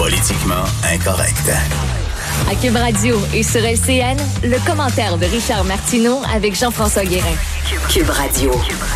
Politiquement incorrect. À Cube Radio et sur LCN, le commentaire de Richard Martineau avec Jean-François Guérin. Cube Radio.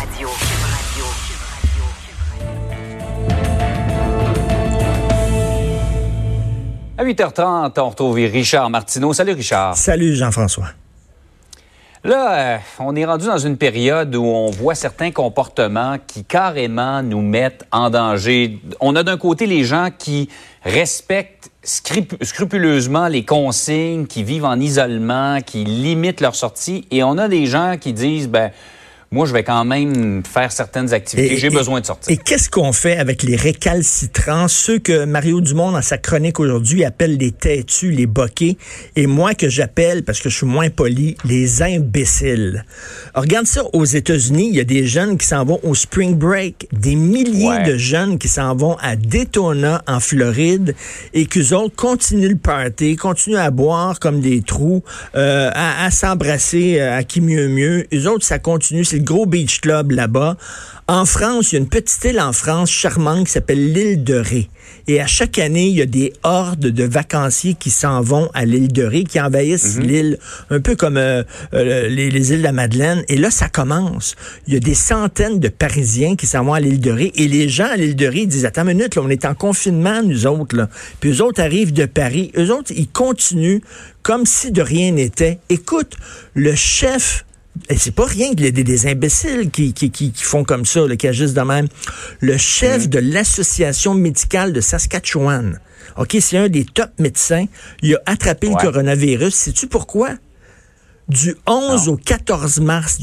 À 8h30, on retrouve Richard Martineau. Salut Richard. Salut Jean-François. Là, on est rendu dans une période où on voit certains comportements qui carrément nous mettent en danger. On a d'un côté les gens qui respectent scrupuleusement les consignes, qui vivent en isolement, qui limitent leur sortie. Et on a des gens qui disent, moi, je vais quand même faire certaines activités. J'ai besoin de sortir. Et qu'est-ce qu'on fait avec les récalcitrants, ceux que Mario Dumont, dans sa chronique aujourd'hui, appelle les têtus, les boqués, et moi que j'appelle, parce que je suis moins poli, les imbéciles. Alors, regarde ça, aux États-Unis, il y a des jeunes qui s'en vont au Spring Break, des milliers de jeunes qui s'en vont à Daytona, en Floride, et qu'eux autres continuent le party, continuent à boire comme des trous, à s'embrasser, à qui mieux. Eux autres, ça continue, c'est le gros beach club là-bas. En France, il y a une petite île en France charmante qui s'appelle l'île de Ré. Et à chaque année, il y a des hordes de vacanciers qui s'en vont à l'île de Ré, qui envahissent l'île, un peu comme les îles de la Madeleine. Et là, ça commence. Il y a des centaines de Parisiens qui s'en vont à l'île de Ré. Et les gens à l'île de Ré disent, attends une minute, là, on est en confinement, nous autres. Là. Puis eux autres arrivent de Paris. Eux autres, ils continuent comme si de rien n'était. Écoute, le chef... Et c'est pas rien que des imbéciles qui font comme ça, là, qui agissent de même. Le chef de l'Association médicale de Saskatchewan, OK, c'est un des top médecins, il a attrapé le coronavirus. Sais-tu pourquoi? Du 11 au 14 mars,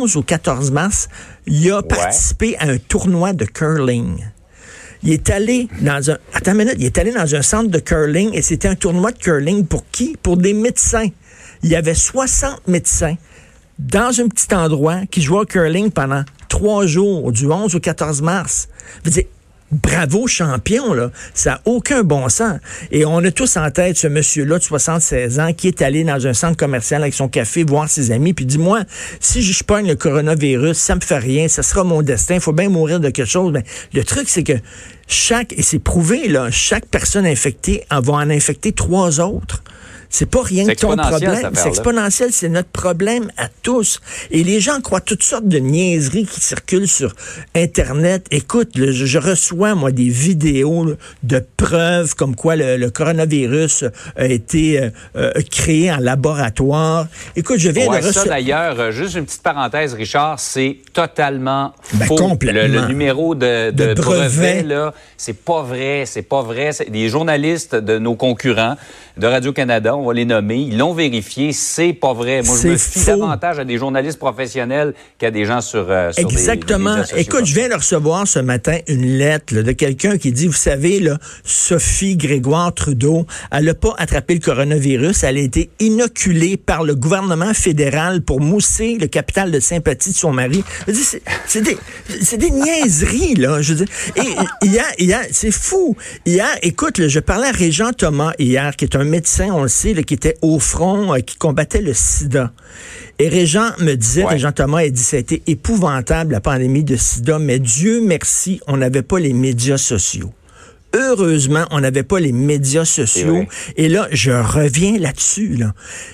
il a participé à un tournoi de curling. Il est allé dans un centre de curling et c'était un tournoi de curling pour qui? Pour des médecins. Il y avait 60 médecins dans un petit endroit qui jouait au curling pendant 3 jours, du 11 au 14 mars. Je veux dire, bravo champion, là. Ça n'a aucun bon sens. Et on a tous en tête ce monsieur-là de 76 ans qui est allé dans un centre commercial avec son café voir ses amis, puis dis-moi, si je pogne le coronavirus, ça me fait rien, ça sera mon destin, il faut bien mourir de quelque chose. Mais le truc, c'est que et c'est prouvé, là, chaque personne infectée va en infecter 3 autres. C'est pas rien que ton problème. C'est exponentiel, c'est notre problème à tous. Et les gens croient toutes sortes de niaiseries qui circulent sur Internet. Écoute, je reçois, moi, des vidéos là, de preuves comme quoi le coronavirus a été créé en laboratoire. Écoute, je viens de recevoir... Ça, d'ailleurs, juste une petite parenthèse, Richard, c'est totalement faux. Complètement. Le numéro de brevet, là, c'est pas vrai. C'est des journalistes de nos concurrents de Radio-Canada, on va les nommer, ils l'ont vérifié, c'est pas vrai. Moi, je me fie davantage à des journalistes professionnels qu'à des gens sur Exactement. Des médias sociaux. Écoute, je viens de recevoir ce matin une lettre là, de quelqu'un qui dit, vous savez, là, Sophie Grégoire Trudeau, elle n'a pas attrapé le coronavirus, elle a été inoculée par le gouvernement fédéral pour mousser le capital de sympathie de son mari. Je dis, c'est des niaiseries, là. Je veux dire. Et hier, c'est fou. Hier, écoute, là, je parlais à Régent Thomas hier, qui est un médecin, on le sait, là, qui était au front, qui combattait le sida. Et Régent me disait, Régent Thomas, il dit, ça a été épouvantable, la pandémie de sida, mais Dieu merci, on n'avait pas les médias sociaux. Heureusement, on n'avait pas les médias sociaux. Et là, je reviens là-dessus. Là.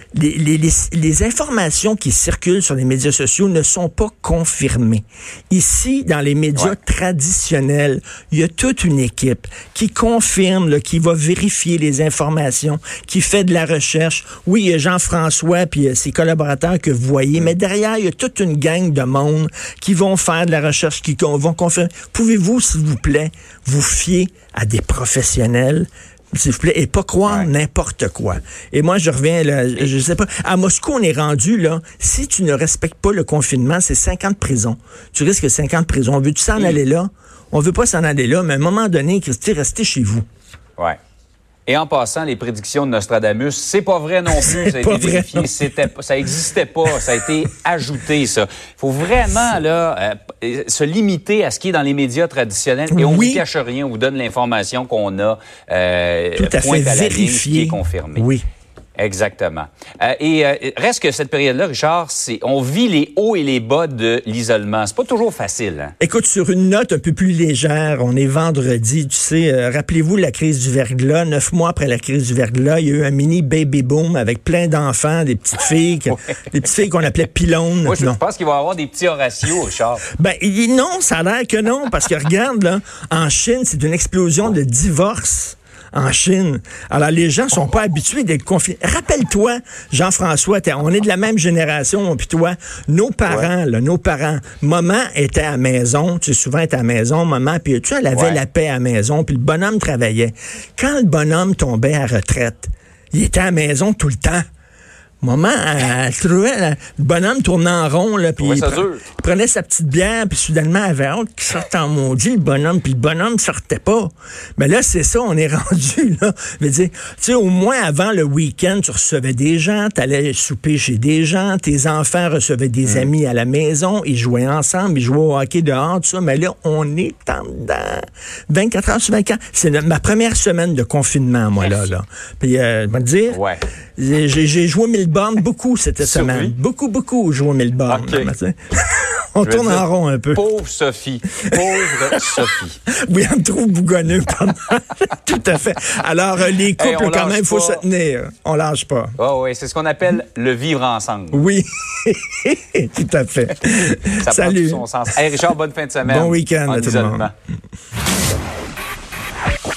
Les informations qui circulent sur les médias sociaux ne sont pas confirmées. Ici, dans les médias traditionnels, il y a toute une équipe qui confirme, là, qui va vérifier les informations, qui fait de la recherche. Oui, il y a Jean-François puis ses collaborateurs que vous voyez, mais derrière, il y a toute une gang de monde qui vont faire de la recherche, qui vont confirmer. Pouvez-vous, s'il vous plaît, vous fier à des professionnels, s'il vous plaît, et pas croire n'importe quoi. Et moi, je reviens, là, je sais pas, à Moscou, on est rendu, là, si tu ne respectes pas le confinement, c'est 5 ans de prison. Tu risques 5 ans de prison. On veut-tu s'en aller là? On veut pas s'en aller là, mais à un moment donné, Christy, restez chez vous. Ouais. Et en passant, les prédictions de Nostradamus, c'est pas vrai non plus. Ça a été vérifié. Ça existait pas. Ça a été ajouté, ça. Il faut vraiment là se limiter à ce qui est dans les médias traditionnels. Et on ne vous cache rien. On vous donne l'information qu'on a tout à fait vérifiée, vérifiée, qui est confirmée. Oui. Exactement. Reste que cette période-là, Richard, on vit les hauts et les bas de l'isolement. C'est pas toujours facile. Hein? Écoute, sur une note un peu plus légère, on est vendredi, tu sais, rappelez-vous la crise du verglas. 9 mois après la crise du verglas, il y a eu un mini baby boom avec plein d'enfants, des petites filles, des petites filles qu'on appelait pylônes. Moi, je pense qu'il va y avoir des petits Horatio, Richard. Non, ça a l'air que non, parce que regarde, là, en Chine, c'est une explosion de divorces. En Chine. Alors, les gens sont pas habitués d'être confinés. Rappelle-toi, Jean-François, on est de la même génération, puis toi, nos parents, maman était à la maison, tu sais, souvent était à la maison, maman, puis tu sais, elle avait la paix à la maison, puis le bonhomme travaillait. Quand le bonhomme tombait à retraite, il était à la maison tout le temps. Maman, elle trouvait le bonhomme tournait en rond, là, puis il prenait sa petite bière, puis soudainement, elle avait hâte qu'il sorte en maudit, le bonhomme, puis le bonhomme sortait pas. Mais là, c'est ça, on est rendu, là. Je veux dire, tu sais, au moins, avant le week-end, tu recevais des gens, t'allais souper chez des gens, tes enfants recevaient des amis à la maison, ils jouaient ensemble, ils jouaient au hockey dehors, tout ça, mais là, on est en dedans. 24 heures sur 24. C'est ma première semaine de confinement, moi, là. Puis, je vais te dire, j'ai joué 1000 bornes beaucoup cette semaine. Beaucoup joué 1000 bornes. Okay. On tourne en rond un peu. Pauvre Sophie. Pauvre Sophie. Oui, on me trouve bougonneux. Tout à fait. Alors, les couples, quand même, il faut se tenir. On lâche pas. Oui, c'est ce qu'on appelle le vivre ensemble. Oui, tout à fait. Ça Salut. prend tout son sens. Hey, Richard, bonne fin de semaine. Bon week-end à tout le monde.